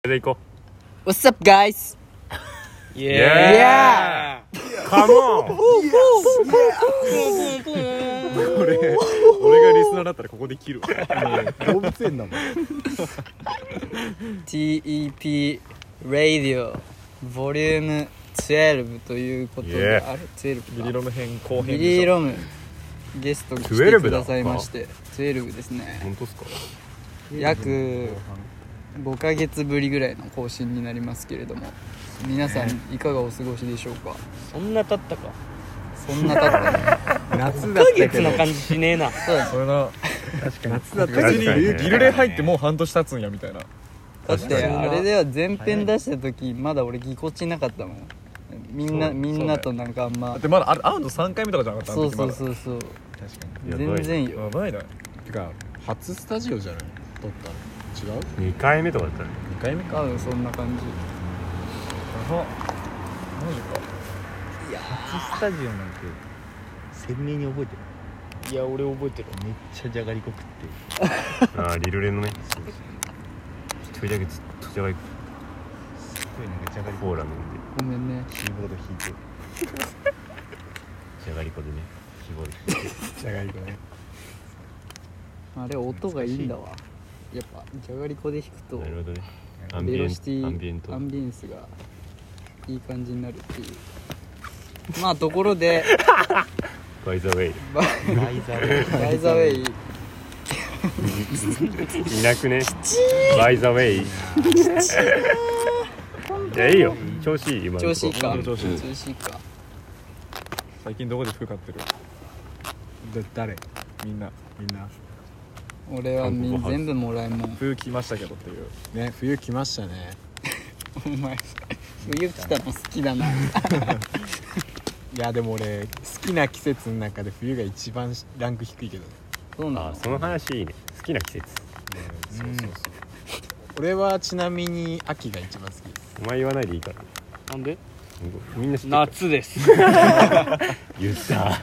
で行こう。What's up, guys? Yeah! Come on! 俺がリスナーだったらここで切るわ。動物園だもん。 TEP Radio Volume 12ということで、 Yeah. あれ12かビリロム編後編ビでしょ。 リロムゲストに来てくださいまして12ですね。 本当っすか？ 約5ヶ月ぶりぐらいの更新になりますけれども、皆さんいかがお過ごしでしょうか？ そんな経ったか。 そんな経ったね。 1 夏だったけど。 ヶ月の感じしねえな。 そうだね。 それな。 確かに夏だった確かにギルレ入ってもう半年経つんやみたいな。 だってあれでは前編出した時まだ俺ぎこちなかったもん。みんなとなんかあんまだってまだあれ会うの3回目とかじゃなかったそうそうう。 そうそう確かやばい全然よ。 やばいね。 にてか初スタジオじゃない撮ったの違う 2回目とかだったね。 2回目か多分そんな感じ。 マジか。 初スタジオなんて鮮明に覚えてる。 いや俺覚えてる。 めっちゃじゃがりこ食ってああ、リルレのね。一人だけずっとじゃがりこすごいなんかじゃがりこコーラ飲んで、 ごめんね。 キーボード弾いてじゃがりこでね、絞る。 じゃがりこねあれ音がいいんだわ。やっぱじゃがりこで弾くとなるほどね。アンビベエンロシティアンビエントアンビエンスがいい感じになるっていう。まあところでバイザウェイ。 ババイザーバイザウェイいなくね。バイザウェイ。いやいいよ。調子いい今のとこ。 調子いいか。 調子いい調子いいか。 最近どこで服買ってる？ 誰みんな。 俺は全部もらいもん。 冬来ましたけどっていう。 ね冬来ましたね。 お前冬来たの好きだな。 いやでも俺好きな季節の中で冬が一番ランク低いけどね。 そうなの。 あ、その話いいね。好きな季節。 そう俺はちなみに秋が一番好きです。 お前言わないでいいからね。 なんで？ みんな知ってる。 夏です。 言った。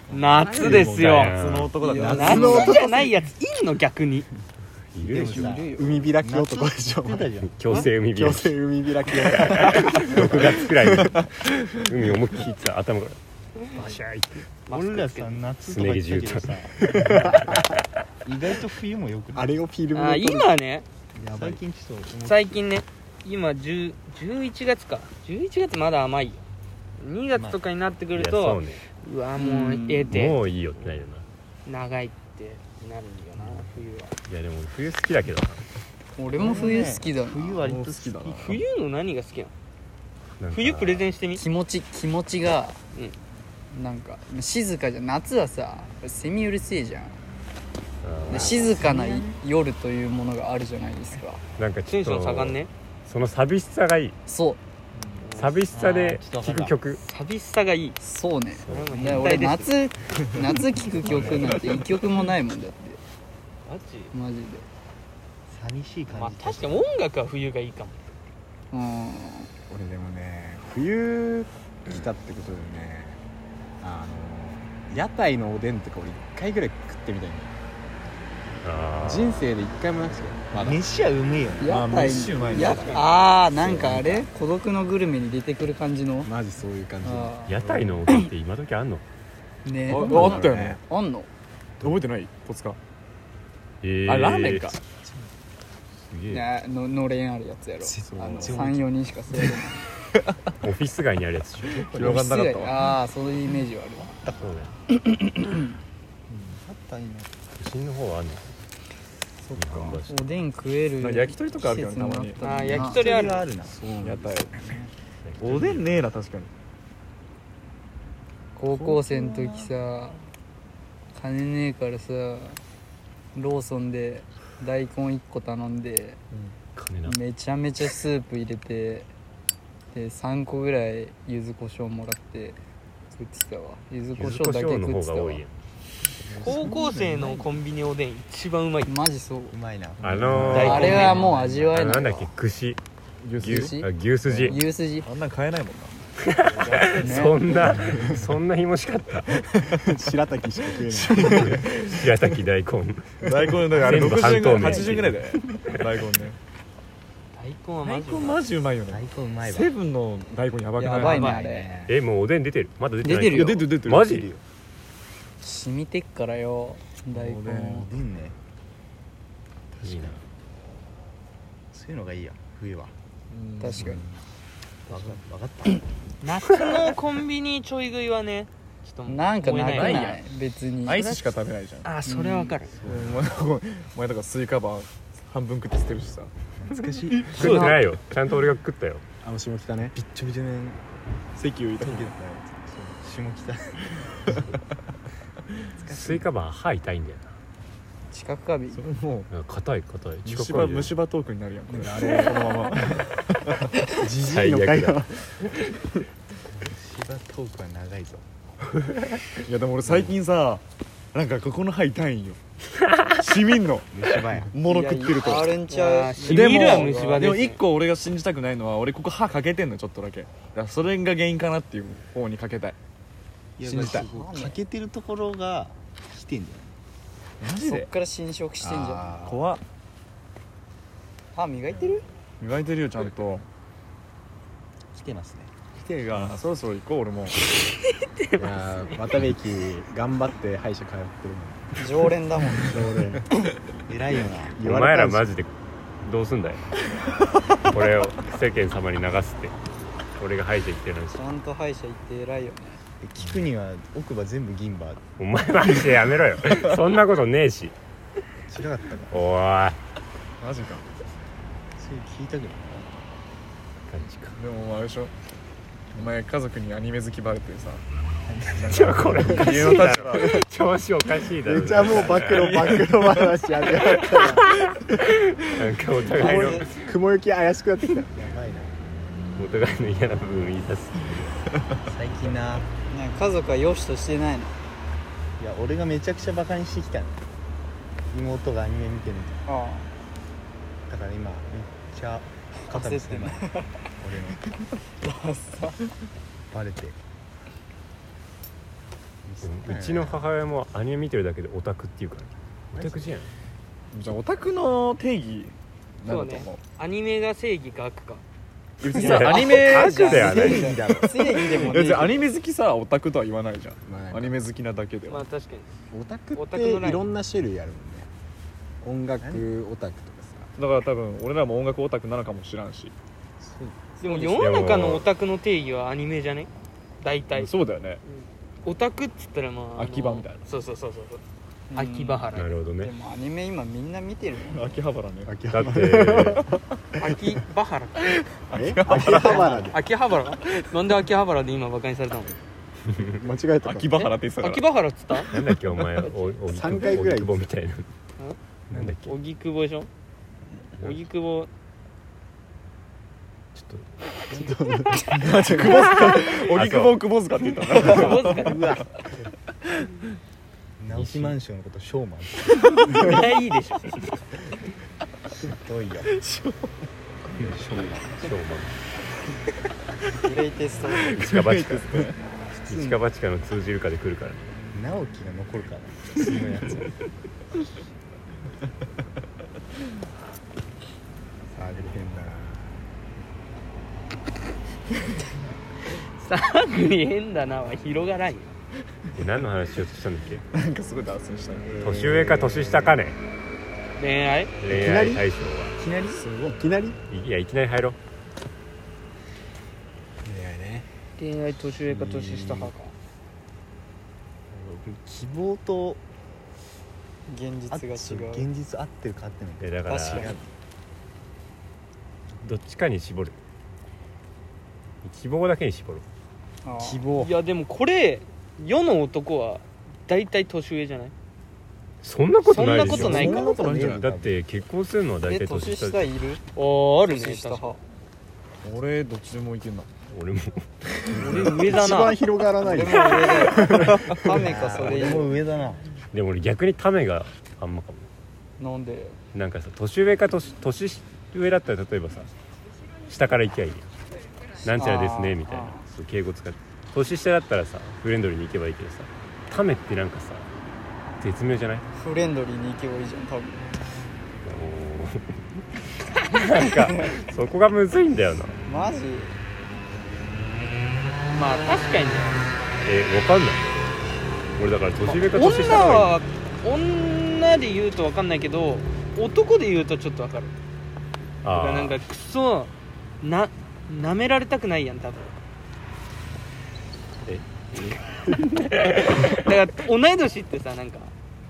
夏ですよ。 夏の男だから。 夏じゃないやついんの逆に。 いるでしょ。 海開き男でしょ。 強制海開き。 強制海開き男。 6月くらいに海思いっきりさ頭からバシャーいって俺らさ夏とか言ったけどさ意外と冬もよくない？ あれをフィルムあで撮る。 今ね、 最近ちょっと最近ね、今11月か。11月まだ甘いよ。2月とかになってくるいやそとうね。 うわもうええてもういいよってなるよ長いってなるんよな冬は。 ないやでも冬好きだけどな。 俺も冬好きだな。 冬割と好きだな。 冬の何が好きなの？ なんか冬プレゼンしてみ。 気持ちがなんか静かじゃん。夏はさセミうるせえじゃん。で静かな夜というものがあるじゃないですか。 なんかちょっテンション下がんとね。 その寂しさがいい。 そう寂しさで聴く曲。 寂しさがいい。 そうね。 それはもうだから俺変態です。 夏聴く曲なんて一曲もないもんだって。 マジ？ マジで。 寂しい感じ。 まあ確かに音楽は冬がいいかも。 俺でもね冬来たってことでね屋台のおでんとか俺1回ぐらい食ってみたいんだよ。人生で1回もなくてまだ。 飯はうめえよね。 まあ屋台飯うまいね。 なんかあれ孤独のグルメに出てくる感じの。 マジそういう感じ。 屋台の音って今時あんの？ ねあったよね。 あんの？ 覚えてない？戸塚。 ーあラーメンか。 すげえ。 ねのれんあるやつやろ。 そう 3-4人しか座れない。 オフィス街にあるやつでしょ。 広がんなかったわ。 ああそういうイメージはあるわ。 そうだよ。 あった今。 都心の方はあんの？ そっか日本橋おでん食えるなんか焼き鳥とかあるけどねたまに。 あー焼き鳥ある。 あるな。 屋台。おでんねえな確かに。 高校生の時さ金ねえからさローソンで大根1個頼んで金な。 めちゃめちゃスープ入れてで3個ぐらい柚子胡椒もらって食ってたわ。柚子胡柚子胡椒だけ椒の食ってたわ方が多いやん。 高校生のコンビニおでん一番うまい。 マジそう。 うまいな。 ああれはもう味わえないわ。 なんだっけ串牛牛すじ。 牛すじあんなん買えないもんな。 そんなひもしかった。 白滝しか食えない。 白滝大根。 大根だからあれ全部 60円ぐらい半透明 80円ぐらいだよ。大根ね。 大根マジうまいよね。 大根うまいわ。 セブンの大根やばくない？ やばいねやばいあれね。 もうおでん出てる？まだ出てない？ 出てるよいや出てる出てる。 マジ？ 染みてっからよ大根おでん出んね。 いいな。 そういうのがいいや冬は。 確かにわかった。 夏のコンビニちょい食いはねちょっとなんかなく燃えないやい別にアイスしか食べないじゃん。 あそれはわかる、 お前とかスイカバー半分食って捨てるしさ。 懐かしい。 食ってないよ。ちゃんと俺が食ったよ。 下北ね。びっちょびちょね。 石油いた。 下北。 スイカバー歯痛いんだよ近くカビそれもな。硬い硬い。 う近く虫歯トークになるやんこれ。あれこのまま。 最悪だ。 芝トークは長いぞ。 いやでも俺最近さ、なんかここの歯痛いんよ。しみんの。 虫歯や。 物食ってると。 あるんちゃうしみるは虫歯です、 でも一個俺が信じたくないのは、俺ここ歯かけてんのちょっとだけ。だからそれが原因かなっていう方にかけたい。信じたい。 かけてるところが来てんじそっマジでから侵食してんじゃんゃん。 怖っ。 歯磨いてる磨いてるよちゃんと。 来てますね。 来てがそろそろ行こう俺も。 いや渡部駅頑張って歯医者通ってる常連だもんの。偉いよな。 お前らマジでどうすんだよ。これを世間様に流すって。俺が歯医者行ってるのに。 ちゃんと歯医者行って偉いよね聞くには奥歯全部銀歯。 お前マジでやめろよ。そんなことねえし。 違かったか。 おーい。 マジか。 それ聞いたけど。 感じか。 でもあれでしょ。お前家族にアニメ好きバレてさ。 これおかし家のいだろ。 立場。 調子おかしいだろ。 めっちゃもう暴露話やってやったらなんかお互いの雲行き怪しくなってきた。やばいな。 お互いの嫌な部分言い出す。 最近な。 ね家族は良しとしてないのいや俺がめちゃくちゃバカにしてきたの。妹がアニメ見てると。 あだから今めっちゃ肩身狭い。俺のバレて。 うちの母親もアニメ見てるだけでオタクっていうから。オタクじゃん。 じゃあオタクの定義なんそうねだと思う。 アニメが正義か悪か別にいやさアニメ悪ではない。 正義でもね別にアニメ好きさオタクとは言わないじゃん。 まあアニメ好きなだけでは。 まあ確かにオタクってオタクのラインいろんな種類あるもんね。音楽オタクとかさ。 だから多分俺らも音楽オタクなのかもしらんし。 でも世の中のオタクの定義はアニメじゃね大体そうだよね。 オタクっつったらまあ秋葉みたいなそうそうそうそううん秋葉原でなるほどね。 もアニメ今みんな見てるもん秋葉原ね。 だって秋葉原秋葉原で秋葉原なんで秋葉原で今バカにされたの間違えた。 秋葉原って言ってたから。 秋葉原っつったなんだっけお前 3回ぐらい荻窪みたいな。なんだっけ。 荻窪でしょ荻窪ちょっと荻窪を窪塚って言ったの。 窪塚うわ直木マンションのことショーマンっていいでしょひどいよ。 グレイテスト一か八か一か八かの通じるかで来るからね。 直樹が残るから普通のやつは。あれ変だな。 さあに変だなは広がらんよ何の話しようとしたんだっけ。 なんかすごい脱線したね。 年上か年下かね。 恋愛恋愛対象は。 いきなりすごい。いきなりいやいきなり入ろう。 恋愛ね。 恋愛年上か年下派か希望と現実が違う現実合ってるか合ってないか。 だから確かにどっちかに絞る。希望だけに絞る。 ああ希望いやでもこれ世の男は大体年上じゃないそんなことないでしょ。 そんなことないかそんなことないんじゃないだって結婚するのは大体年年下下いるあるね年下確か派俺どっちでもいけんな。 俺も俺上だな一番広がらないよ。 俺も上だよカメかそれ以俺も上上だな。 でも俺逆にためがあんまかも。 なんでなんかさ年上か年上だったら例えばさ下から行きゃいいよ。なんちゃらですねみたいなそう敬語使って。年下だったらさフレンドリーに行けばいいけどさためってなんかさ絶妙じゃない。 フレンドリーに行けばいいじゃん多分なんかそこがむずいんだよな。 マジまあ確かにね、 わかんない。俺だから年上か年女下の方がいい。 は女で言うと分かんないけど、男で言うとちょっと分かる。だからなんかクソなめられたくないやん多分。だから同い年ってさ、なんか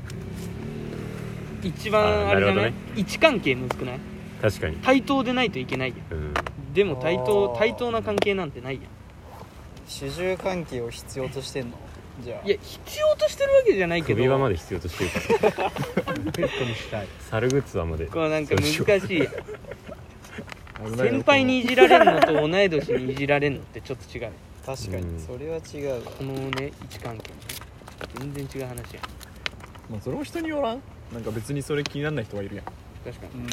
一番あれじゃない、位置関係むずくない？ 確かに。 対等でないといけないやん。 うん。 でも対等な関係なんてないやん。 主従関係を必要としてんの？じゃあいや必要としてるわけじゃないけど、 首輪まで必要としてるからペットにしたい。 猿グッズはまでこうなんか難しいやん。 危ないよ先輩にいじられるのと同い年にいじられるのってちょっと違う。 確かにそれは違うわ。 このね位置関係ね全然違う話やん。 まあそれも人によらん。なんか別にそれ気にならない人はいるやん。 確かに。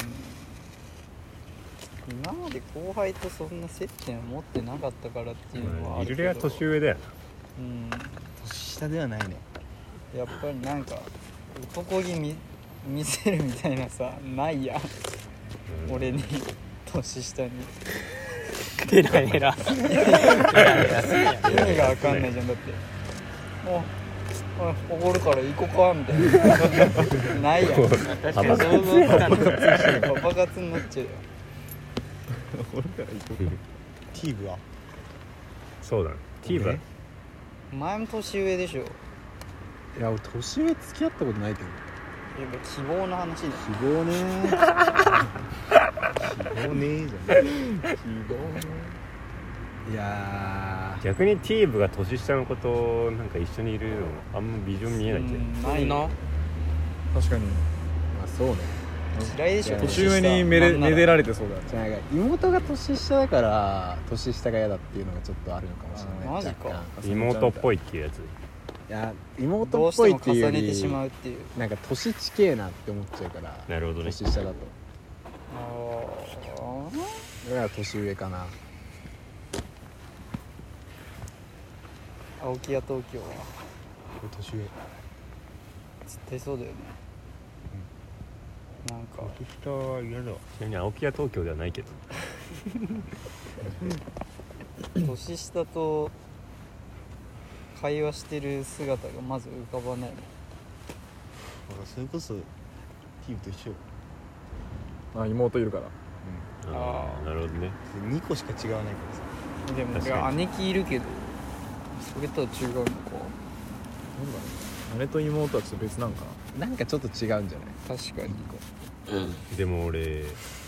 今まで後輩とそんな接点を持ってなかったからっていうのはあるけど、 イルレは年上だよ年下ではないね。 やっぱりなんか男気見せるみたいなさないやん、 な、 俺に年下にヘラヘラ。 意味が分かんないじゃん。だっておごるから行こうかみたいなないやん。 確かに想像つかない。 パパ活になっちゃうよ。 ティーブはそうだね。ティーバー前も年上でしょ。 いや俺年上付き合ったことないけど。 やっぱ希望の話だよ。 希望ね希望ねえじゃん。 いや逆にティーブが年下の子となんか一緒にいるのあんまビジョン見えないけど、 ないな。 確かにまあそうね。 嫌いでしょ。 年上にめでられてそうだね。 じゃあなんか妹が年下だから年下が嫌だっていうのがちょっとあるのかもしれない。 マジか若干妹っぽいっていうやつ。 いやど妹っうしてもぽいっていうよ重ねてしまりうっていう。 なんか年近えなって思っちゃうからなるほどね。 年下だとあだから年上かな。 青木屋東京は年上。 絶対そうだよね。なんか年下は嫌だ。 ちなみに青木屋東京ではないけど。 年下と会話してる姿がまず浮かばないもん。 それこそティーブと一緒よ。 あ、妹いるから。 ああ、なるほどね。 2個しか違わないからさ。 でも確かに姉貴いるけどそれとは違うのか。 なんだろう。姉と妹はちょっと別なんかな。 なんかちょっと違うんじゃない？ 確かにでも俺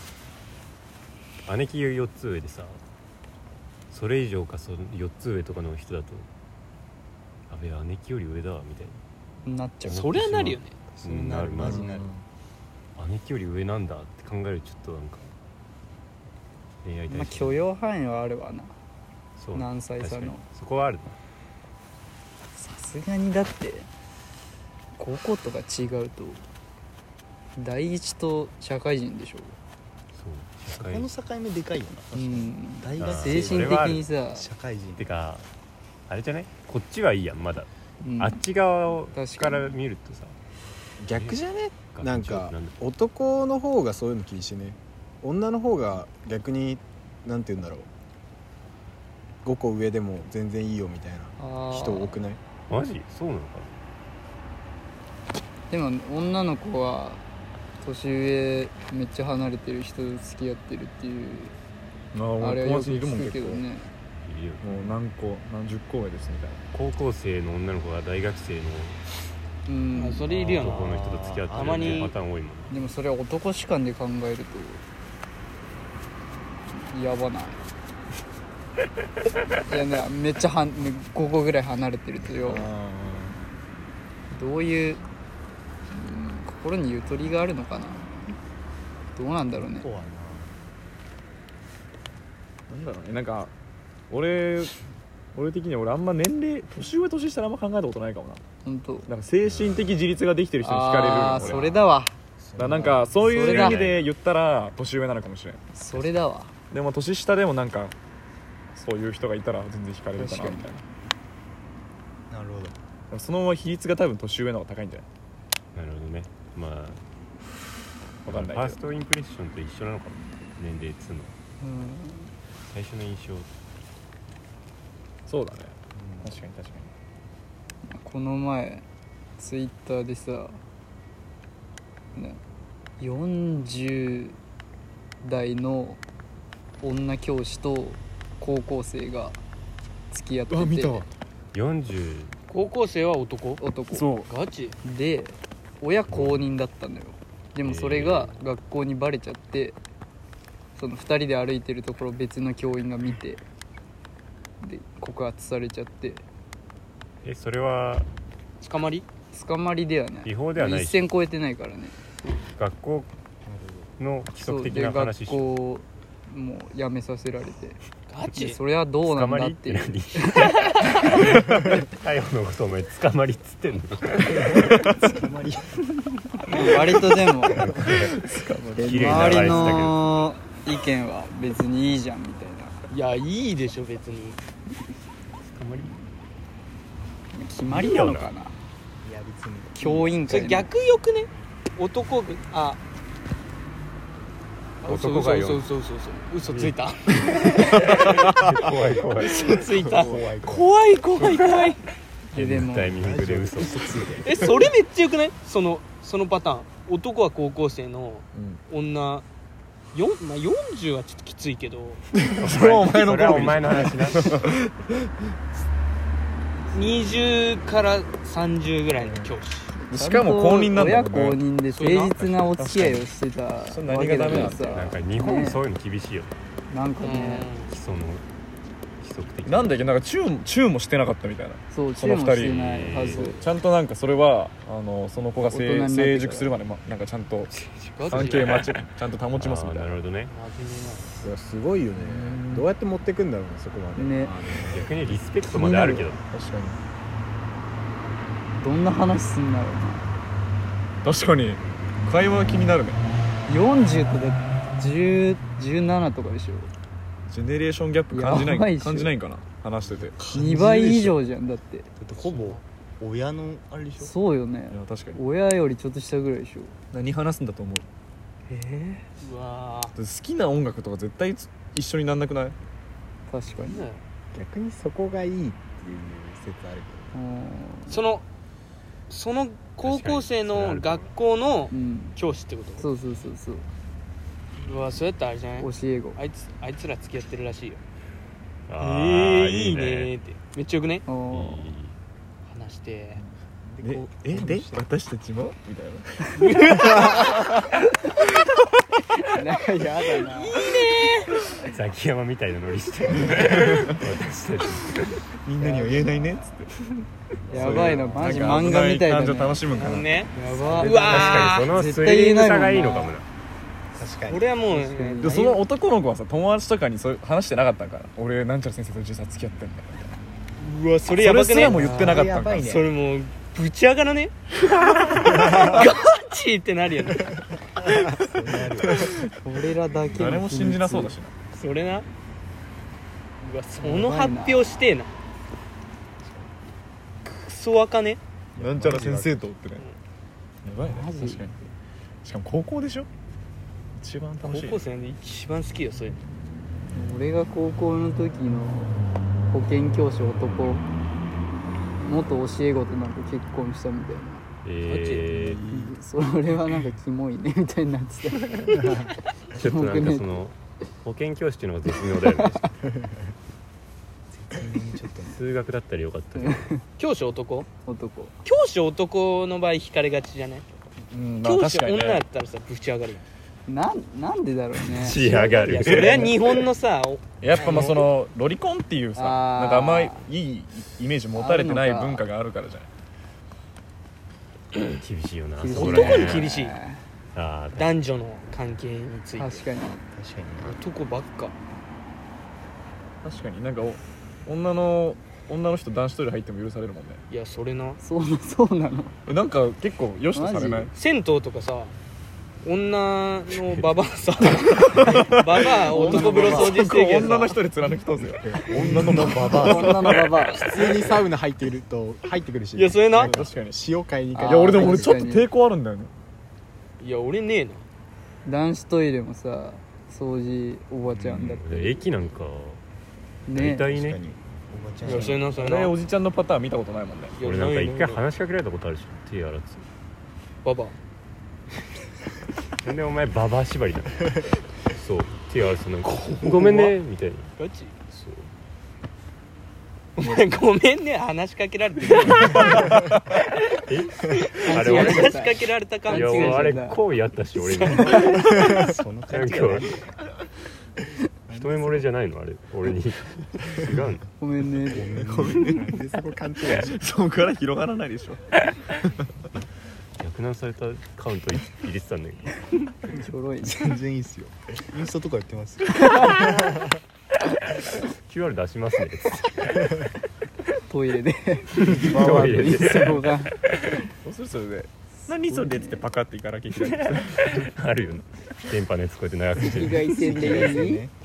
姉貴4つ上でさ、それ以上か4つ上とかの人だとあべ姉貴より上だわみたいなっちゃう。 そりゃなるよね。 な、うん、なるなる。 マジなる。 姉貴より上なんだって考えるとちょっとなんか恋愛対まあ象、 許容範囲はあるわな。 そう何歳差の確かにそこはある。 さすがにだって高校とか違うと第一と社会人でしょ。 そう社会この境目でかいよな。 うん大学精生神的にさ、 社会人てかあれじゃない、こっちはいいやんまだ、 うんあっち側確かにから見るとさ逆じゃね？なんかなんだ男の方がそういうの気にしてね。女の方が逆になんて言うんだろう、5個上でも全然いいよみたいな人多くない？ マジそうなのかでも女の子は年上めっちゃ離れてる人と付き合ってるっていうあれはよく友達いるもん聞く結構。もけどね。 いるよ。 う何十個上ですみたいな。 高校生の女の子が大学生のうんあそれいるよな。 男の人と付き合ってるたまにパターン多いもんね。 でもそれは男主観で考えるとやばない。いやね、めっちゃ5個ぐらい離れてるとよ、どういう、心にゆとりがあるのかな。どうなんだろうね。 ここはなんだろうね。なんか俺的には俺あんま年齢年上年下あんま考えたことないかもな。 本当。 なんか精神的自立ができてる人に惹かれるよね。 ああ俺それだわ。 だからなんかそういうそれだ意味で言ったら年上なのかもしれん。 それだわ。 でも年下でもなんかそういう人がいたら全然惹かれるかなみたいな。 なるほど。 でもその比率が多分年上の方が高いんじゃない？ なるほどね。まあわかんないけどファーストインプレッションと一緒なのかも、年齢っつうのうん最初の印象。 そうだね、確かに確かこの前ツイッターでさ、ね、40代の女教師と高校生が付き合ってて、 に。見た。 40 高校生は男男そうガチで親公認だったのよ。でもそれが学校にバレちゃって、その2人で歩いてるところ別の教員が見て、で告発されちゃって。 それは捕まり捕まりではない、 違法ではないし一線超えてないからね。 学校の規則的なそう話しで学校もう辞めさせられて、でガチそれはどうなん捕まりっだってて何逮捕のことお前捕まりっつってんの割とでも綺麗な周りライスだけどの意見は別にいいじゃんみたいないやいいでしょ別に捕まり決まりなのかな、 いや別に教員会のそれ逆よくね男が男がよそう嘘ついた怖い怖い嘘ついた怖い怖い怖い怖いでもタイミングで嘘それめっちゃよくないそのパターン。男は高校生の女40はちょっときついけどそれはお前のそれはお前の話な 20から30ぐらいの教師しかも公認なんだ親もんね。 公認で誠実なお付き合いをしてたそれわけだから何がダメさ、 なんか日本そういうの厳しいよねなんかね、 基礎の規則的なんだっけ、なんかチューもしてなかったみたいな。 そうその二人注文してないはず。 ちゃんとなんかそれはその子が大人になってから成熟するまで、なんかちゃんと関係ちゃんと保ちますみたいな。 なるほどね。 いやすごいよね。どうやって持ってくんだろうね、そこまでね、 逆にリスペクトまであるけど確かにどんな話すんだろうな。 確かに会話が気になるね。 40ってだって17とかでしょ。 ジェネレーションギャップ感じなやばいっしょ感じないんかな、話してて。い 2倍以上じゃんだって。 だってほぼ親のあれでしょ。 そうよね。 や確かに。 親よりちょっと下ぐらいでしょ。 何話すんだと思う。 うわ好きな音楽とか絶対一緒になんなくない？ 確かに。 逆にそこがいいっていう説あるその高校生の学校のうん、 教師ってことそうそうそうそう。 うわそうやったらあれじゃない教え子。 あいつら付き合ってるらしいよ。いいねーってめっちゃよくねあー話してで私たちもみたいな。 なんかやだな。 ザキヤマみたいなノリしてる私たちみんなには言えないねっつって。 やばいな、マジなんか漫画みたいだ感情楽ね。 しむんかな。 ねやば。 うわ確かにそのスリリングさがいいのかもな。 確かに。 俺はもうでその男の子はさ、友達とかにそういう話してなかったんかな。俺なんちゃら先生と実は付き合ってんだみたいな。 うわそれやばくそれすらもね言ってなかったんかあーやばいねそれもうぶち上がらねガチってなるよね俺らだけの誰も信じなそうだしな。 それなうわその発表してえなクソ若ねなんちゃら先生とってね。やばいねマジ確かに。しかも高校でしょ。一番楽しい。 高校生で一番好きよそういうの俺が高校の時の保健教師男元教え子となんか結婚したみたいな。それはなんかキモいねみたいになってた。 ちょっとなんかその保健教師っていうのが絶妙だよね数学だったらよかったけど教師男男。 教師男の場合惹かれがちじゃないうん、まあ教師女確かにね。 やったらさぶち上がるよなんでだろうね。 仕上がるいやそれは日本のさやっぱまあそのロリコンっていうさ、 あーなんかあんまいいイメージ持たれてない文化があるからじゃない。 厳しいよな厳しいそこら辺男に厳しいあー男女の関係について確かに。 確かに男ばっか確かになんか女の人男子トイレ入っても許されるもんね。 いやそれなそうなの。 なんか結構良しとされないマ？ 銭湯とかさ女のババアさババア男風呂掃除してるけどさ女の人で貫き通すよ。女のババア。 女のババア。 普通にサウナ入っていると入ってくるし、 いやそれな確かに。 塩買いに行かいや俺でも確かにちょっと抵抗あるんだよね。 いや俺ねえな男子トイレもさ掃除おばちゃんだって駅なんかね大体ね確かにおばちゃんいやそれなそれなあれおじちゃんのパターン見たことないもんね。 いや俺なんかないない一回話しかけられたことあるし手洗ってババなんでお前ババア縛りなのそう手洗ってたなんかごめんねみたいなガチそうお前ごめんね話しかけられてるあれ俺話しかけられた感いじがや俺あれ行為やったし俺にそのなんか感じが一目惚れじゃないのあれ俺に違うのごめんねごめんねなんでそこ勘違いしてそこから広がらないでしょ。 逆難されたカウント入れてたんだけどちょろいね全然いいっすよインスタとかやってます QR 出しますねトイレでトイレでそこがそうするそれで何それでっつってパカっていかなきゃいけない。 あるよね電波のやつこうやって長くして紫る外線でいいね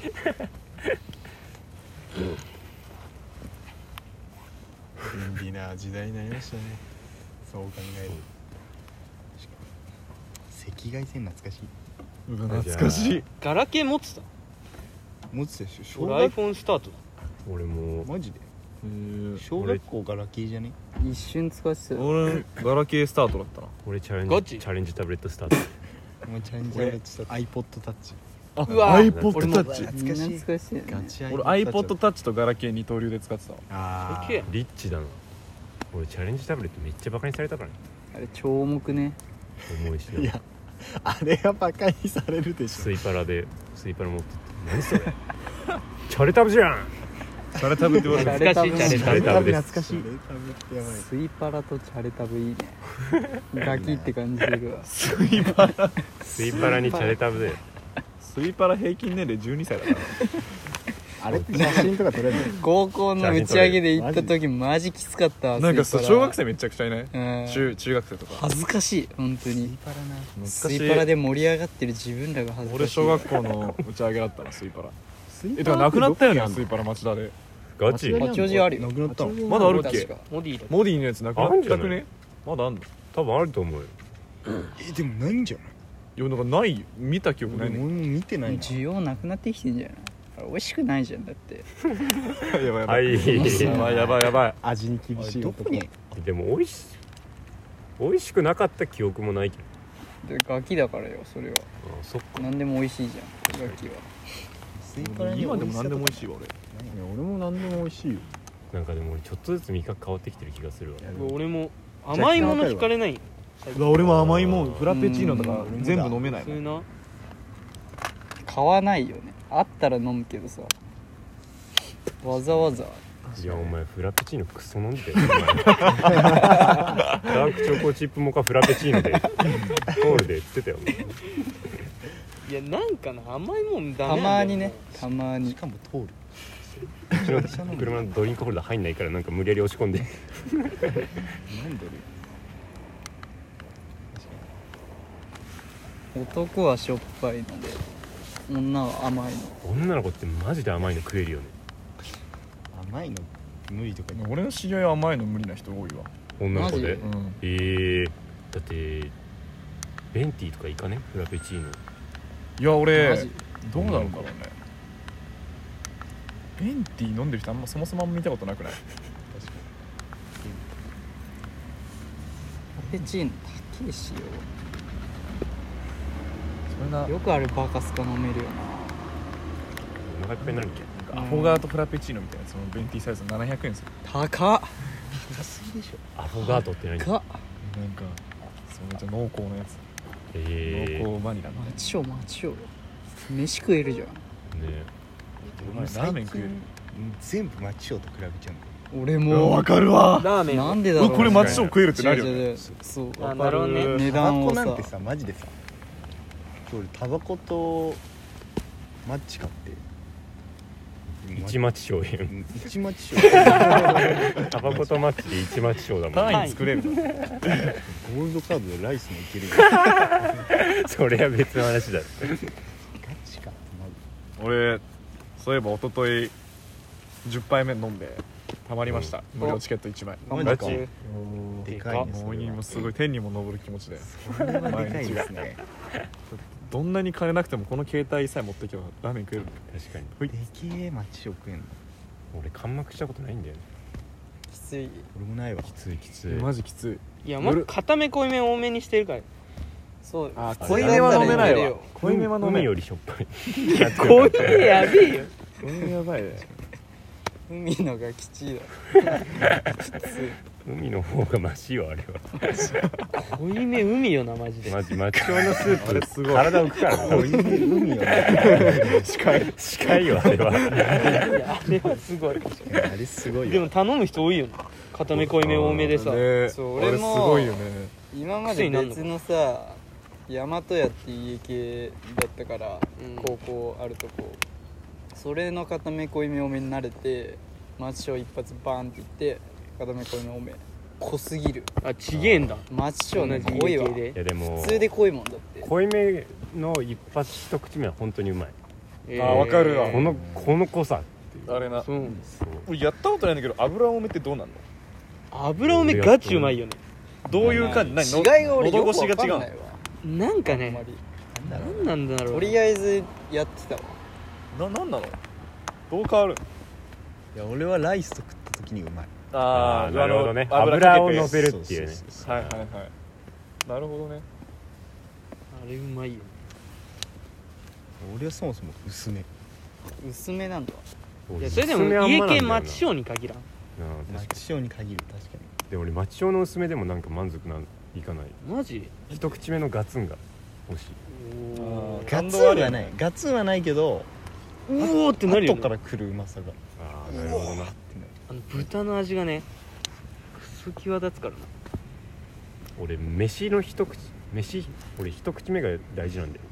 便利な時代になりましたねそう考える赤外線懐かしい懐かしい。 ガラケー持ってた持ってたでしょ小俺学 iPhone スタートだ俺もマジで小学校ガラケーじゃね一瞬使ってたよ俺ガラケースタートだったな。 俺チャレンガチジチャレンジタブレットスタートお前チャレンジャーした iPod タッチあうわ iPod 俺も Touch。 みんな懐かしいよねガチ俺 iPod Touch とガラケー二刀流で使ってたわ。 あすげえリッチだな俺チャレンジタブレットめっちゃバカにされたからねあれ超重くね重いしいやあれはバカにされるでしょスイパラ持ってって何それチャレタブじゃんそれ食べてもらう。 懐かしいチャレチャレタブです懐かしいレータブってやばいスイパラとチャレタブいいねガキって感じするわスイパラにチャレタブでスイパラ平均年齢12歳だから。 あれって写真とか撮れるの合コンの打ち上げで行った時マジきつかったわなんかスイパラ小学生めちゃくちゃいない？ うん中学生とか。 恥ずかしい本当にパラな懐かスしいイパラで盛り上がってる自分らが恥ずかしい俺小学校の打ち上げだったなスイパラ。 スイだからなくなったよねスイパパラ町田で。 ガチ八王子あるよなくなったのまだあるっけ確かモディだモディのやつなくなったくね？まだあんの？ 多分あると思うよでもないんじゃないいやなんかないよ見た記憶ないね。 俺も見てないな需要なくなってきてんじゃないあれ美味しくないじゃんだってやばいやばはいいやばいやばいやばい。 味に厳しい男にでも美味しくなかった記憶もないけどでガキだからよそれはあそっか何でも美味しいじゃんガキはスイパラに今でも何でも美味しいわ俺。 いや俺も何でも美味しいよなんかでも俺ちょっとずつ味覚変わってきてる気がするわ俺も甘いもの惹かれない俺も甘いもんフラペチーノとか全部飲めないもん。 普通な買わないよねあったら飲むけどさわざわざいやお前フラペチーノクソ飲んでたよお前ダークチョコチップモカフラペチーノでホールで言ってたよお前いやなんかな甘いもんダたメなんだよまにねたまにしかも通るうちの車のドリンクホルダー入んないからなんか無理やり押し込んでなんでる男はしょっぱいので女は甘いの女の子ってマジで甘いの食えるよね甘いの無理とか言って俺の知り合いは甘いの無理な人多いわ。 女の子でマうん。 だってベンティとかいかねフラペチーノいや俺マジどうなるんだろうね。ベンティー飲んでる人あんまそもそも見たことなくない？ ペチーノ高いしよそれなよくあれバカスカ飲めるよお腹いっぱいになるっけアフォガートフラペチーノみたいなそのベンティーサイズ700円する。 な高っ安いでしょアフォガートって何高っなんかそうめっちゃ濃厚なやつ。濃厚バニラの。 待ちよ飯食えるじゃんねお前ラーメン食える？ 全部町塩と比べちゃう俺もかるわ。 ラーメンなんでだろうこれマチション食えるってなるよね。 違う違う違うそうあなるほどね値タバ段をさコなんてさマジでさ今日タバコとマッチ買って一町賞やんうん一マッチ塩タバコとマッチで一町賞だもん単位作れるの？ ゴールドカードでライスもいけるよそれは別の話だガチか俺そういえば一昨日10杯目飲んでたまりました。無料チケット1枚。 マジかガチでかいねもうにもすごい天にも昇る気持ちでそれはでかいですねどんなに金なくてもこの携帯さえ持ってけばラーメン食える。 確かにほいでけえマッチ食えんの。 俺完幕したことないんだよね。 きつい。 俺もないわ。 きついきつい。 マジきつい。 いや固め濃いめ多めにしてるから。 そうあ普通濃いめは飲めないわだったらいけるよ。 濃いめは飲め海ない。 よりしょっぱい。 濃いめやべえよ。 濃いめやばいね。 海のがきちいだきつい。 海の方がマシよあれは。 濃いめ海よなマジで。 マジマッチョのスープあれすごい体浮くからな。 海よね。 近いよあれは。 いやあれはすごい。 あれすごいよ。 でも頼む人多いよな。固め濃いめ多めでさ。 ねそうあれす俺もごいよね。 今まで別のさ大和屋っていう家系だったから、 うん高校あるとこそれの固め濃いめ多めに慣れて町小一発バーンっていって固め濃いめ多め濃すぎる。 あちげえんだ。 町小ね同じ濃いわ。 家系で。 いやでも普通で濃いもんだって。 濃いめの一発一口目は本当にうまい。 わかるわこの濃さっていう。 あれな。 そう。 そう俺やったことないんだけど油多めってどうなんの？ 油多めガチうまいよね。 どういう感じ？何？ 違いが俺よく喉越しが違うの分かんないわ。 なんかねあんまりなんなんだろう。 とりあえずやってたわ。 なんなの？どう変わる？ いや俺はライスと食った時にうまい。 あーなるほどね。 油油をかけて乗せるっていうね。 そうそうそうはいはいはい。なるほどね。 あれうまいよ。 俺はそもそも薄め。 薄めなんだ。 いやそれでも家系マッチショーに限らん。 マッチショーに限る。確かに。 でも俺マッチショーの薄めでもなんか満足いかない。 マジ？ 一口目のガツンが欲しい。 おーガツンはない。ガツンはないけどうおーってなるよね。 後から来るうまさが。 ああなるほどな。 あの豚の味がねクソ際立つからな。 俺俺一口目が大事なんだよ。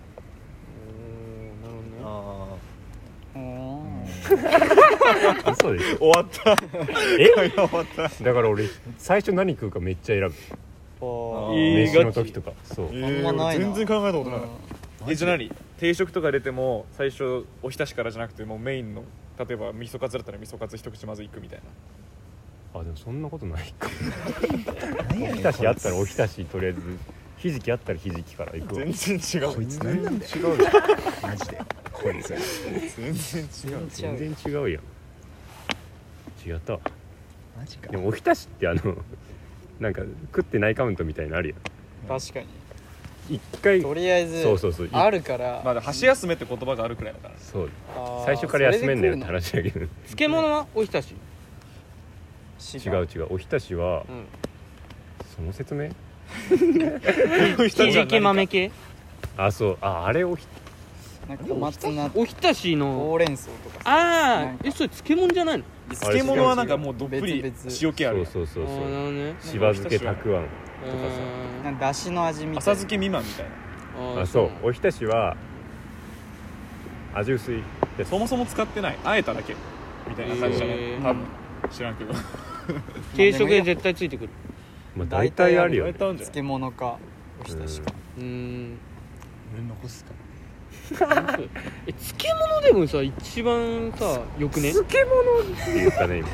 おーなるほどね。 あ嘘でしょ。 終わった。 え？ 終わった。 だから俺最初何食うかめっちゃ選ぶ。飯の時とか。そう。 あんまないな。 全然考えたことない。 あじゃあ何？定食とか入れても最初おひたしからじゃなくてもうメインの例えば味噌カツだったら味噌カツ一口まずいくみたいな。 あでもそんなことないかも。 何やねんおひたしあったらおひたしとりあえずひじきあったらひじきから行くわ。 全然違う。 こいつ何なんだよ。 違う。 マジで。こいつ。 全然違う。 全然違うやん。違ったわ。 マジかで。もおひたしってなんか食ってないカウントみたいなのあるやん。 確かに。 一回とりあえずそうあるから。 まだ箸休めって言葉があるくらいだから。 そうあー最初から休めんなよって話だけど。 漬物はおひたし。 違う違う。おひたしはうん。 その説明？ ひじき豆系。 あそうあれなんか小松菜おひたしほのうれん草とかさ。 あなんかそれ漬物じゃないの？ 漬物はなんかもうどっぷり別々 塩気あるやん。 そうそうあーなるほどね。 しば漬けたくあんとかなんかだしの味みたいな。 浅漬け未満みたいな。 あーさあそうおひたしは味薄いやつそもそも使ってない。あえただけみたいな感じじゃない。 へー多分知らんけど。 定食で絶対ついてくる。 まあ大体あるよね大体あるんじゃない？ 漬物かおひたしか。 うーん。 俺残すか。 漬物でもさ一番さよくね。 漬物って言ったね今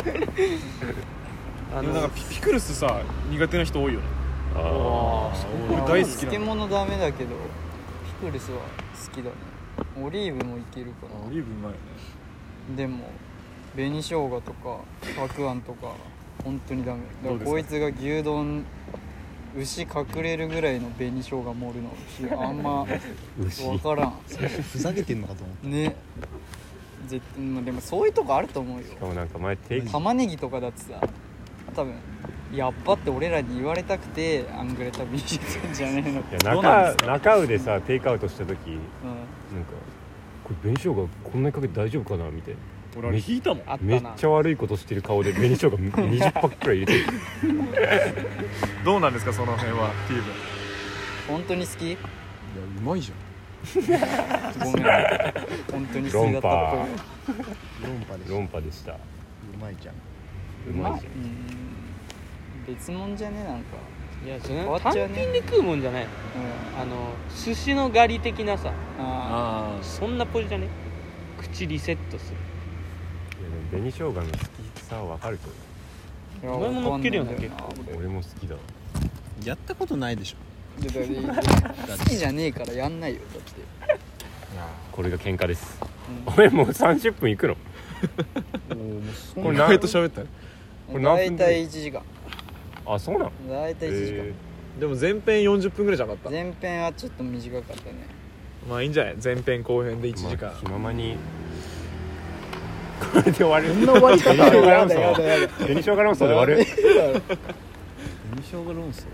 あでもなんかピクルスさ苦手な人多いよね。 あ俺大好きなの。 漬物ダメだけどピクルスは好きだね。オリーブもいけるかオリーブうまいよね。 な。でも紅生姜とかたくあんとか本当にダメだから。 どうですかこいつが牛丼牛隠れるぐらいの紅生姜盛るのあんま牛分からんふざけてんのかと思っね。絶対まあでもそういうとこあると思うよ。 しかもなんか前定期玉ねぎとかだってさ多分やっぱって俺らに言われたくてあんぐらい食べに行ってんじゃねえの。 いやどうなんですか中尾でさテイクアウトした時うんなんかこれ紅生姜こんなにかけて大丈夫かなみたいな俺あれ引いたもん。 あっためっな。 ちゃ悪いことしてる顔で紅生姜20パックくらい入れてるどうなんですかその辺はティーブ。 本当に好き？ いやうまいじゃんごめん本当に好きだったっぽい。 論破でしょ。 論破でしたうまいじゃん。 うまいじゃん別もんじゃねなんか。 いやそれ変わっ単ちゃうね品で食うもんじゃないの。寿司のガリ的なさああそんなポジじゃね。口リセットする。 いやでも紅生姜の好きさは分かるけどあお前も乗っけるよねわかんないんだよな俺も好きだわやったことないでしょ好きじゃねえからやんないよだって。 これが喧嘩です、 うん、 俺もう30分いくのこれ意外と喋ったね。 これ何大分で体1時間。 あ、そうなの。 大体1時間、 でも前編40分ぐらいじゃなかった。 前編はちょっと短かったね。 まあいいんじゃない、前編後編で1時間、 まあ、気ままにこれで終わる。 こんな終わり方紅生姜論やだやだやだ争紅生姜論争で終わる。 紅生姜論争。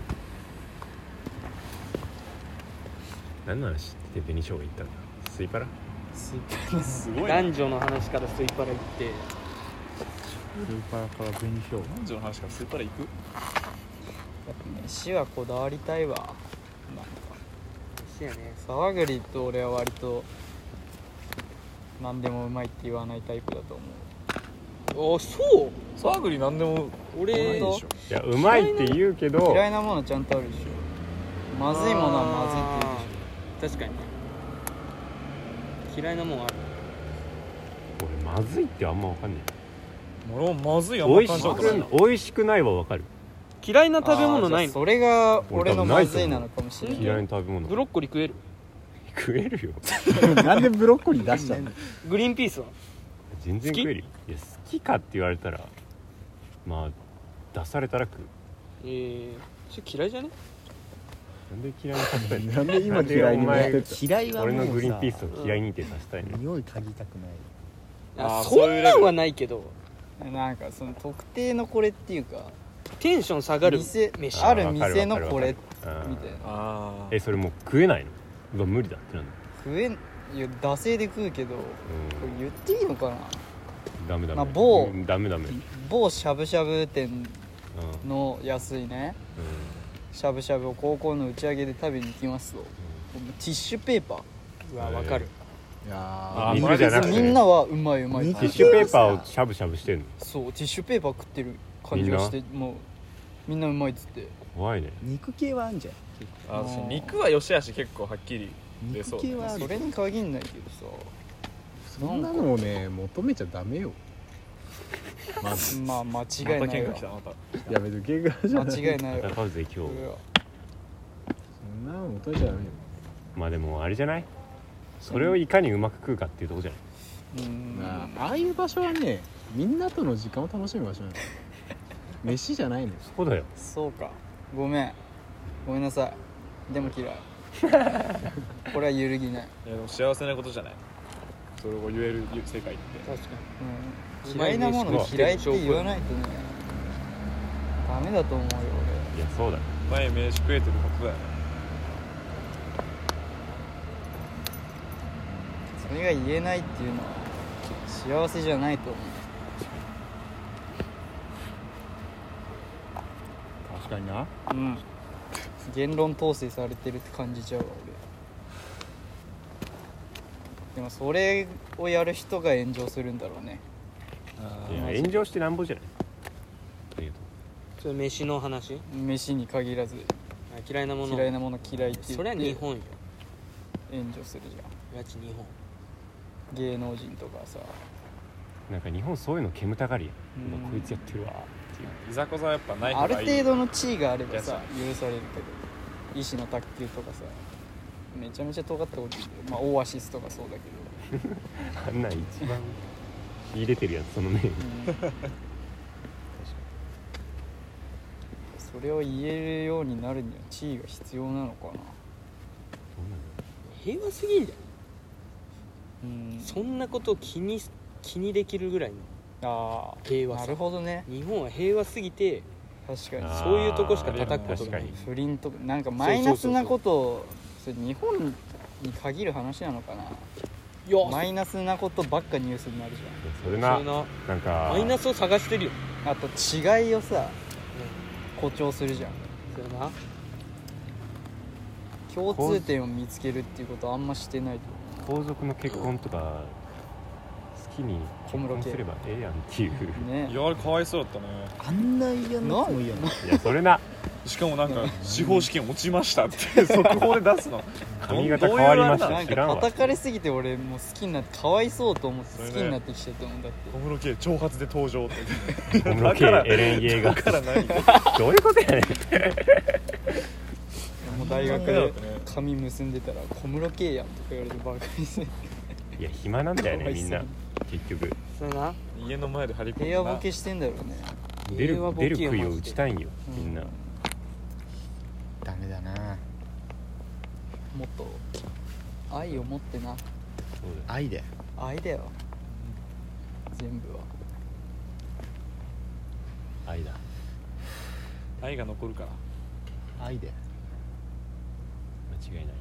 何の話って紅生姜言ったんだ。スイパラ。 すごいな。 男女の話からスイパラ行ってスーパーから紅生姜。 男女の話からスーパー行く。 やっぱ飯はこだわりたいわ。なんか飯やね。 沢栗と俺は割と何でもうまいって言わないタイプだと思う。 あ、そう。 沢栗なんでも俺ないでしょ。 いや、うまいって言うけど嫌いなものちゃんとあるでしょ。まずいものはまずいって言うでしょ。 確かに嫌いなもんある。 俺まずいってあんま分かんない。 俺もまずいあんま美味し感じたことない。 く美味しくないは分かる。 嫌いな食べ物ないの？ それが俺のまずいなのかもしれない。 嫌いな食べ物ブロッコリー食える？ 食えるよ。 なんでブロッコリー出したの？ グリーンピースは？ 全然食えるよ。いや、好きかって言われたらまあ出されたら食う。 それ嫌いじゃね？ なんで嫌いにさせたいの？ なんで今嫌いになってた？ 嫌いはもうさ、 俺のグリーンピースを嫌い認定させたいの。 匂い嗅ぎたくない。 あーそんなんはないけどなんかその特定のこれっていうかテンション下がる店飯。 ある店のこれうんみたいな。 あそれもう食えないの？うわ無理だってなんだ。 食えんいや惰性で食うけどこれ言っていいのかな。 ダメダメ、 まあ某うんダメダメ、 某しゃぶしゃぶ店うんの安いねしゃぶしゃぶを高校の打ち上げで食べに行きますと、ティッシュペーパーうわ、わかる。 いやあ水じゃなくてみんなはうまいうまいってティッシュペーパーをしゃぶしゃぶしてんの。 そうティッシュペーパー食ってる感じがしてもうみんなうまいっつって。 怖いね。 肉系はあんじゃん。 あ確かに肉は良し悪し結構はっきり出そう肉系はある。 それに限んないけどさそんなのをね求めちゃダメよ。まずまあ間違いまたないわ喧嘩来たまた。 やめとけがじゃない。 間違いないわ戦うぜ今日。 うわそんなの求めちゃダメよ。 まあでもあれじゃない、それをいかにうまく食うかっていうとこじゃない。 ああいう場所はねみんなとの時間を楽しむ場所なの。飯じゃないの。 そうだよ。 そうかごめんなさいでも嫌いこれは揺るぎない、 いやでも幸せなことじゃないそれを言える世界って。 確かうん、嫌いなもの嫌いって言わないとねダメだと思うよいやそうだよ。 前飯食えてることだよね。 俺それが言えないっていうのは幸せじゃないと思う。 確かにな。 うん言論統制されてるって感じちゃうわ俺。でもそれをやる人が炎上するんだろうね。 いや炎上してなんぼじゃない。というとに。それ飯の話？ 飯に限らず嫌いなもの。 嫌いなもの嫌いって言ってそれは日本よ。 炎上するじゃガチ日本。 ん芸能人とかさ。 なんか日本そういうの煙たがりや。 うんうわこいつやってるわっていう。 いざこざはやっぱない方あがいい。 る程度の地位があればさいや許されるけど医師の卓球とかさめちゃめちゃ尖ったこと言うよ。まあオアシスとかそうだけどあんなん一番入れてるやつその面。 それを言えるようになるには地位が必要なのかな。 平和すぎんじゃん。 うんそんなことを気にできるぐらいのああ平和さ。 なるほどね。 日本は平和すぎて確かにあーそういうとこしか叩くことがない。 確か不倫とかなんかマイナスなことをそれ日本に限る話なのかな。 いやマイナスなことばっかニュースになるじそれなそれななんかマイナスを探してるよ。 ゃん。あと違いをさ誇張するじゃん。 それな。 共通点を見つけるっていうことはあんましてないと皇族の結婚とか好きに結婚すればええやんっていう。 思うねいやあれかわいそうだったね。 あんな嫌なやつも嫌な。 いやそれなしかもなんか司法試験落ちましたって速報で出すの。 髪型変わりましどういうあれなのなんた知らんわ。 か叩かれすぎて俺もう好きになってかわいそうと思ってそれね好きになってきちゃったもんだって。 小室圭長髪で登場って小室圭エレン・イェーガだから何ーどういうことやねん。 もう大学でだってね髪結んでたら小室圭やんとか言われてバカにしていや暇なんだよかわいそうねみんな結局それな家の前で張り込んで平和ボケしてんだろうね。 平和ボケ出る杭をよマジで打ちたいんよみんな、 うんダメだな。 もっと愛を持ってな。 そうだよ愛で愛だよ全部は。 愛だ愛が残るから愛で間違いないな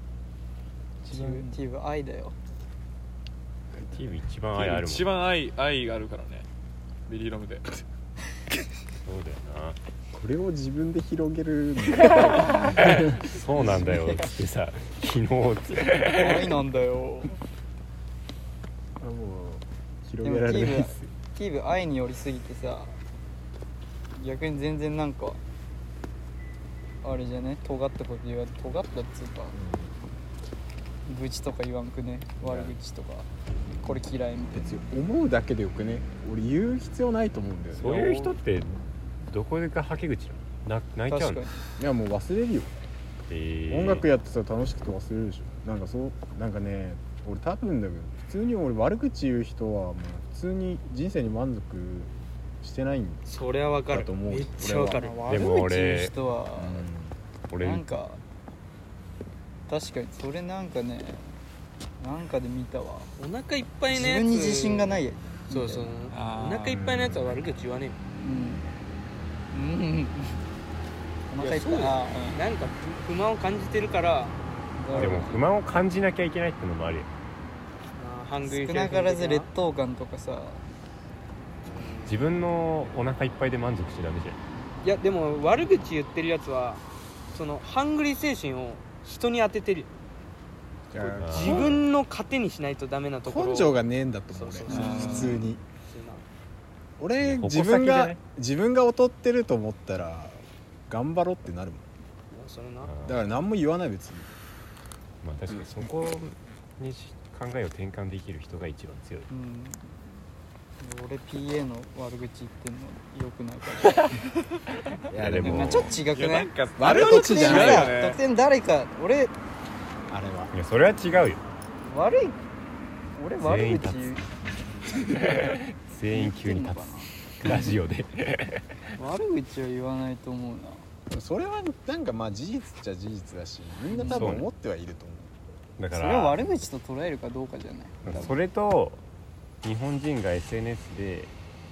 ティーブ愛だよ。 ティーブ一番愛あるもん一番愛があるからねビリーロムでそうだよなこれを自分で広げるそうなんだよつってさ昨日つって愛なんだよ。 あもうで広げられもティーブないですよティーブ愛に寄りすぎてさ逆に全然なんかあれじゃね尖ったこと言われ尖ったっつうか愚痴とか言わんくね悪口とかこれ嫌いみたいな。 別に思うだけでよくね。俺言う必要ないと思うんだよね。 そういう人ってどこでかはけ口なの泣いちゃうの確かにいやもう忘れるよ。音楽ややってたら楽しくて忘れるでしょ。なんかそうなんかね俺多分だけど普通に俺悪口言う人はもう普通に人生に満足してないんそれはわかるだと思うめっちゃわかる悪でも俺口言う人は俺なんか確かにそれなんかねなんかで見たわ。 お腹いっぱいのやつ自分に自信がないやそうそうあーお腹いっぱいのやつは悪口言わねうんうんお腹いっぱいなえなんか不満を感じてるからでも不満を感じなきゃいけないってのもあるよハングリー少なからず劣等感とかさ自分のお腹いっぱいで満足しちゃダメじゃんいやでも悪口言ってるやつはそのハングリー精神を人に当ててるよいやあー自分の糧にしないとダメなところ根性がねえんだと思う俺そうそうそう普通に俺矛先自分がじゃない自分が劣ってると思ったら頑張ろうってなるもん。 それなだから何も言わない別に。 まあ確かにそこに考えを転換できる人が一番強いうん俺 PA の悪口言ってんの良くないからいいやでもまあちょっと違くないいやなんか悪口じゃないよね得点誰か俺あれはいやそれは違うよ悪い俺悪全員口言う全員急に立つラジオで悪口は言わないと思うな。 それはなんかまあ事実っちゃ事実だしみんな多分思ってはいると思う。 だかそれはら悪口と捉えるかどうかじゃない多分それと日本人が SNS で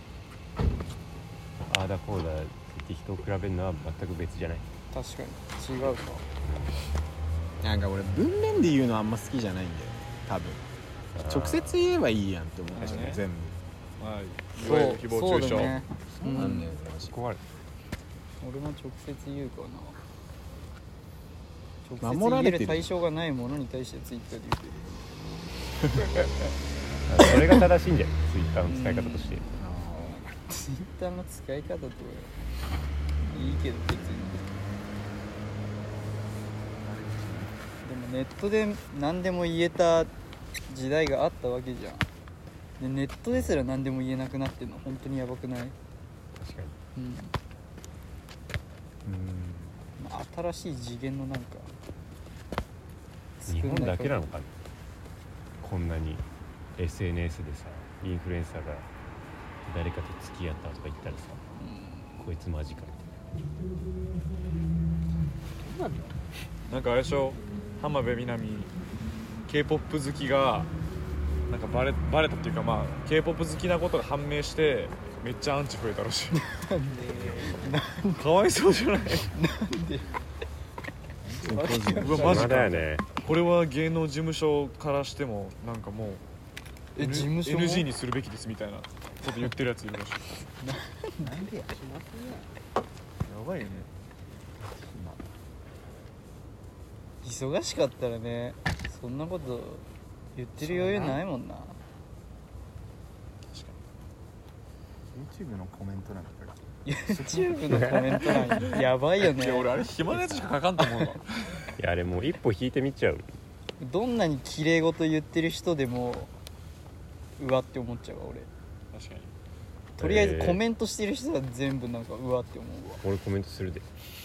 ああだこうだって言って人を比べるのは全く別じゃない確かに違うか。 なんか俺文面で言うのあんま好きじゃないんだよ多分。直接言えばいいやんって思う確かに全部。 まあいそわゆるう誹謗中傷そうだね。 そうなんだよマジそこは俺も直接言うかな。直接守られてる言える対象がないものに対してツイッターで言ってる。 それが正しいんじゃんツイッターの使い方としてツイッターの使い方といいけど別に。でもネットで何でも言えた時代があったわけじゃん。でネットですら何でも言えなくなってるの本当にやばくない？ 確かにうん。まあ新しい次元のなんか日本だけなのかかなこんなに SNS でさインフルエンサーが誰かと付き合ったとか言ったらさこいつマジかなんかあれでしょ浜辺美波 K-POP 好きがなんかバレたっていうかまあ K-POP 好きなことが判明してめっちゃアンチ増えたらしいかわいそうじゃないうわマジ暇だかよねこれは芸能事務所からしてもなんかもう事務所も NG にするべきですみたいなこと言ってるやついるらしいなんでややばいよね忙しかったらねそんなこと言ってる余裕ないもんな。 YouTube のコメントなんか YouTube のコメント欄やばいよいや俺ね。 あれ暇なやつしか書かんと思うわいやあれもう一歩引いてみちゃうどんなに綺麗事言ってる人でもうわって思っちゃうわ俺。 確かにとりあえずコメントしてる人は全部なんかうわって思うわ。 俺コメントするで。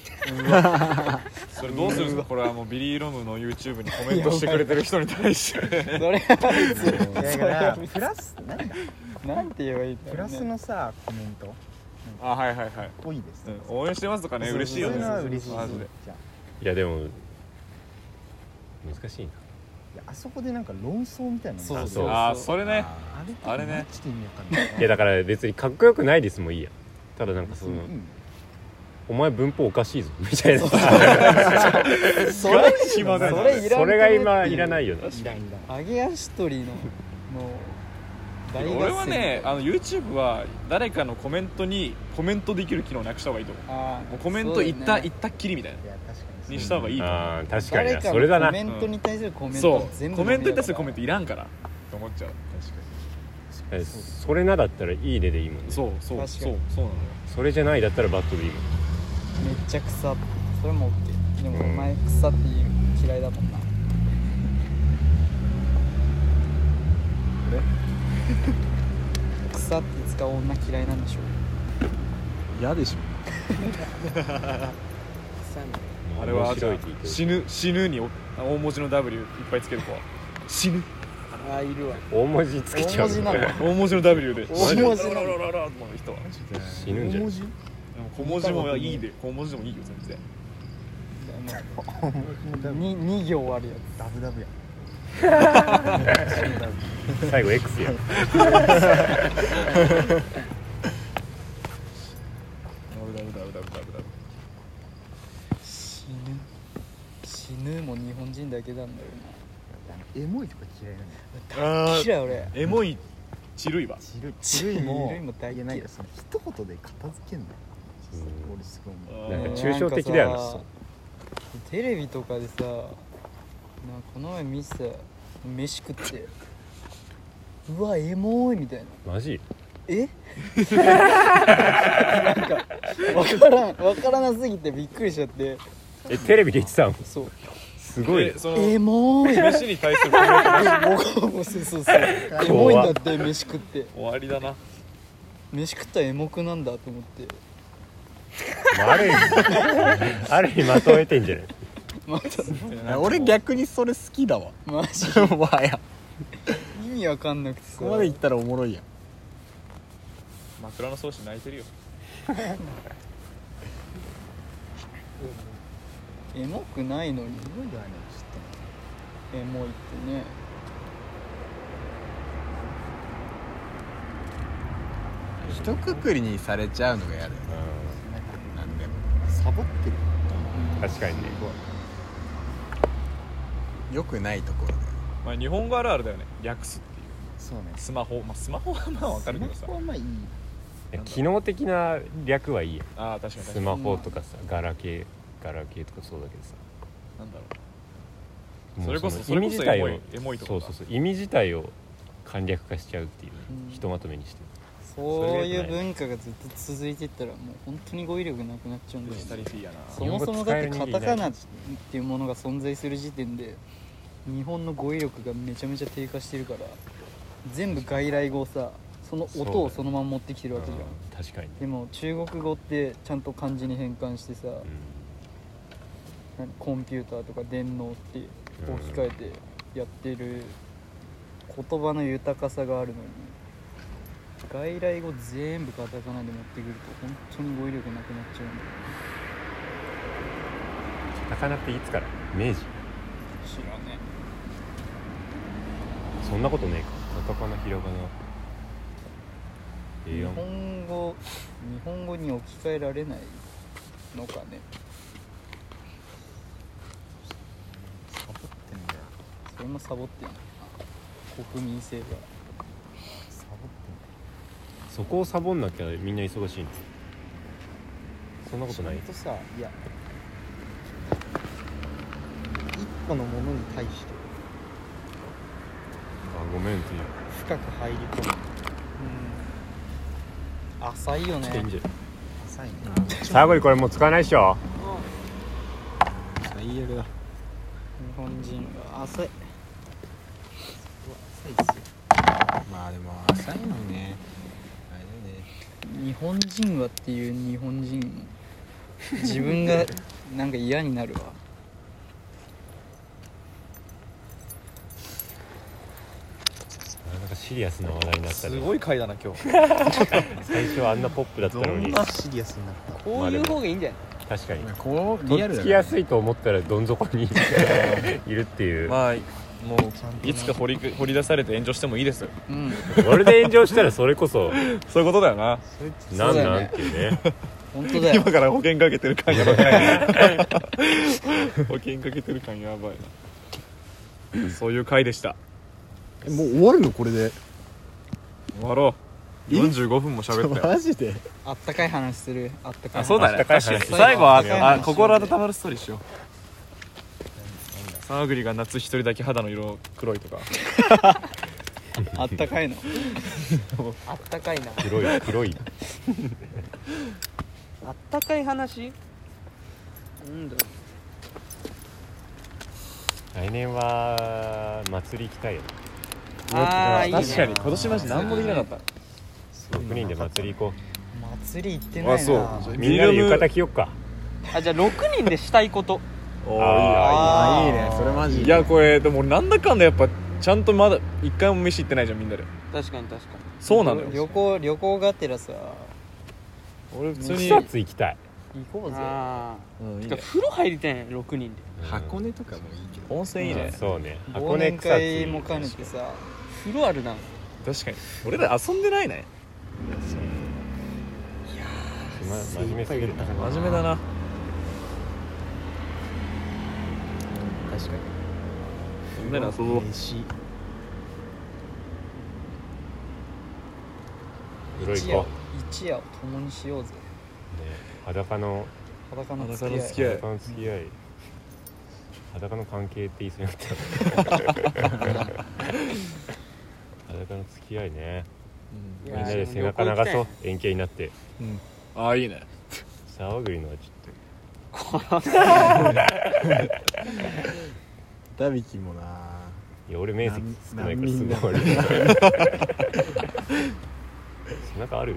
それどうするんですか。これはもうビリー・ロムの YouTube にコメントしてくれてる人に対してそれは別にだからプラスなんだなんて言えばいいんだろうね。 プラスのさコメントあ、はいはいはい、 多いですうん、応援してますとかね、嬉しいよね。 そういうのは嬉しいマジで。 じゃあいやでも難しいな。 いやあそこでなんか論争みたいなのそうそうあー、それね。 あれあれねちょっと意味わかんないいやだから別にかっこよくないですもいいや。ただなんかその、お前文法おかしいぞみたいなさ、 それ暇だよそれいらんそれが今いらないよな。 いらんいらん揚げ足取りのもう大合戦。 俺はね、YouTube は誰かのコメントにコメントできる機能なくした方がいいと思う。 あーもうコメントそう言だねったっきりみたいないや確かににした方がいいと思う。 あー確かにな。 誰かそれだな。 のコメントに対するコメントそう、 全部コメントに対するコメントトいらんからと思っちゃう。 それなだったらいいねでいいもんね。 そうそう確かにそうそうなのよ。 それじゃないだったらバットでいいもん。 めっちゃ草、それも OK。 でもうんお前草って言う嫌いだもんな。草って使う女嫌いなんでしょ。 嫌でしょ。 あれは面白いって言ってる。 死ぬに大文字の W いっぱいつける子は死ぬ。 あーいるわ。 大文字つけちゃう。 大文字なの大文字の W で大文字なのロロロロロの人は死ぬんじゃない。 でも小文字もいいで、小文字でもいいよ全然。 2行あるやダブダブや最後 X や。 ダブつ。死ぬも日本人だけなんだよエモいとか嫌いなんだよな。嫌い俺。 エモいチルいわ。 チルいもチルいも大嫌い言えないよ。その一言で片付けんのよ俺すごい思うなんか抽象的だよな。 なんかさテレビとかでさ、なんかこの前見せた飯食ってうわエモいみたいな。 マジ？ えなんかわからなすぎてびっくりしちゃって。 テレビで言ってたの？ そうすごいね。 そのエモい飯に対するコメントなし。 僕もそうエモいんだって飯食って。 終わりだな。 飯食ったらエモくなんだと思って。 ある意味まとめてんじゃない？ また俺逆にそれ好きだわ。 マジもはや意味わかんなくてさ。 ここまで行ったらおもろいやん。 枕草子泣いてるよ。 エモくないのにエモいよあれ知ってエモいってね。 一括りにされちゃうのが嫌だよ。なんでもサボってる確かにね。 良くないところだよ。 まあ日本語あるあるだよね。略すっていう。 そうねスマホ、まあスマホはまあわかるけどさスマ。ホはまあいい機能的な略はいいやん。 ああ確かに確かスに。 マホとかさ、ガラケーとかそうだけどさ。 なんだろもうそれこその意味自体をエモいとかそう意味自体を簡略化しちゃうっていうね、 うんひとまとめにして。 そういう文化がずっと続いていったらもう本当に語彙力なくなっちゃうんだよう。スタね。 リフィーやな。 そもそもだってカタカナっていうものが存在する時点で日本の語彙力がめちゃめちゃ低下してるから、全部外来語をさ、その音をそのまま持ってきてるわけじゃん。 確かにね。 でも中国語ってちゃんと漢字に変換してさ、コンピューターとか電脳って置き換えてやってる言葉の豊かさがあるのに、外来語全部カタカナで持ってくると本当に語彙力なくなっちゃうんだよ。 カタカナっていつから？明治？ 知らねそんなことねえか。カタカナ、ひらがな。 日本語に置き換えられないのかね。 サボってんだよそれもサボってんの。国民性が。 サボってんだよそこをサボんなきゃみんな忙しいの？そんなことない？ ちゃんとさいや一個のものに対してあ、ごめんっていう。 深く入り込む浅いよね。 ちょっといいんじゃない？ 浅いね最後にこれもう使わないっしょ。 最悪だ。 日本人が浅い。 浅いっすよまあでも浅いのにねあれだよね。 日本人はっていう日本人自分がなんか嫌になるわ。 なんかシリアスな話題になったね。 すごい回だな今日。 最初はあんなポップだったのに。 シリアスになったこういう方がいいんじゃない？ 確かにこうとっリアルだねつきやすいと思ったらどん底にいるっていう、 まあもういつか掘り出されて炎上してもいいです。 うん。 俺で炎上したらそれこそそういうことだよな。 なんそうだよねなんっていうね。 本当だよ。 今から保険かけてる感やばいな。保険かけてる感やばいな。そういう回でした。 もう終わるのこれで終わろう。45分も喋ったよ。 マジであったかい話する。あったかい話。 あ、そうだね。 あったかい話最後はあったかい話心温まるストーリーしよう。沢栗が夏一人だけ肌の色黒いとか。 あったかいの。 あったかいな。 黒いあったかい話なんだろ来年は祭り行きたいよ。 あーいいね確かに今年マジ何もできなかった。 6人で祭り行こ祭り行ってないな。 あそうう。みんなで浴衣着よっか。 あ、じゃあ6人でしたいこと。 おあいいねそれマジいやこれでも俺なんだかんだやっぱちゃんとまだ一回も飯行ってないじゃんみんなで。 確かに確かそうなのよ。 旅行がてらさ俺普通に草津行きたい。 行こうに。 ぜ。 あうんいいねあ。風呂入りたいね、6人で。 箱根とかもいいけど温泉いいね。 そうね。 忘箱根年草津会も兼ねてさ。 風呂あるな。 確かに俺ら遊んでないね。 真面目すぎるな。 真面目だな。 確かみんなで遊ぼう。 に飯一夜風呂行こ一夜を共にしようぜ。 う。ね、裸の裸の裸の付き合い。 付き合い。 裸の付き合い。裸の関係って言いそうになった。裸の付き合いね。 いみんなで背中流そう。円形になって。 うんああいいね。 沢栗のはちょっダビキもないや俺面積少ないからす難民だごい悪い。背中ある。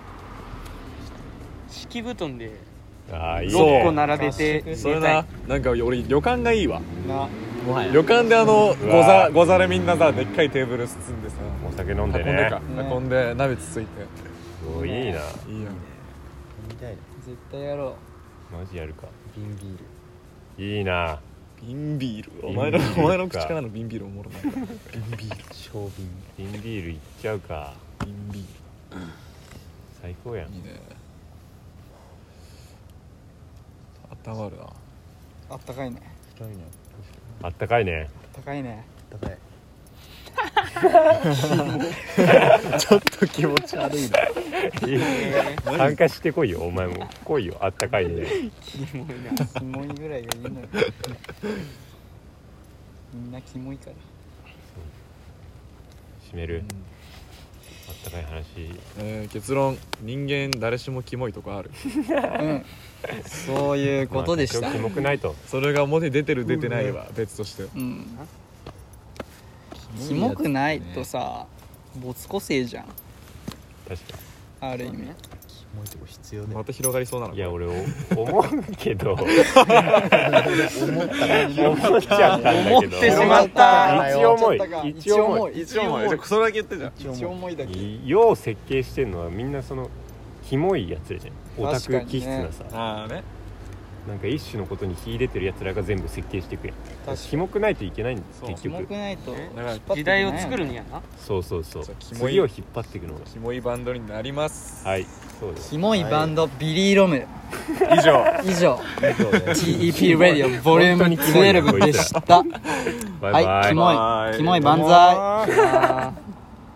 敷布団でああいいそうね。 6個並べてそれななんか俺旅館がいいわ。 なもはや旅館でわござれみんなさでっかいテーブル包んでさお酒飲んで運んでねか。 ね運んで鍋つついておいいな。 いいやん。 みたいな絶対やろマジやるか。 瓶ビールいいな。 瓶ビールお瓶ビール前の口からの瓶ビールおもろないな。 瓶ビール小瓶瓶ビールいっちゃうか。 瓶ビー最高やんルいいね。あったまるな。 う。あったかいね。 深いねあったかいね。 高いね。 高いちょっと気持ち悪いな参加してこいよお前も来いよ。あったかいね。 キモいぐらいがいいのよ。みんなキモいから。 締める。あったかい話。 結論人間誰しもキモいとこある。 うん。そういうことでしたまあ。キモくないと。 それが表に出てる出てないは別として。 うん。キモくないとさ、没個性じゃん。 確かある意味。 キモいとこ必要だよまた広がりそうなのに。いや俺思うけど思っちゃったんだけど。 思ってしまった一応重い。 一応重い。 一応じゃあそれだけ言ってじゃん。 一応重いだけ。 世を設計してんのはみんなそのキモいやつらじゃん。オタク気質なさ、 ああね。 なんか一種のことに秀でてるやつらが全部設計していくやん。 確かにキモくないといけないんですそうキモ結局。 くないとだから引っ張って時代を作るんにやな。 そうそうそうそうキモい次を引っ張っていくのがキモいバンドになります。 はいそうです。 キモいバンドビリー・ロム以上。 以上そうね TEP ラディオボリューム本当にキモいな 12でしたバイバイ。 はいキモいキモい万歳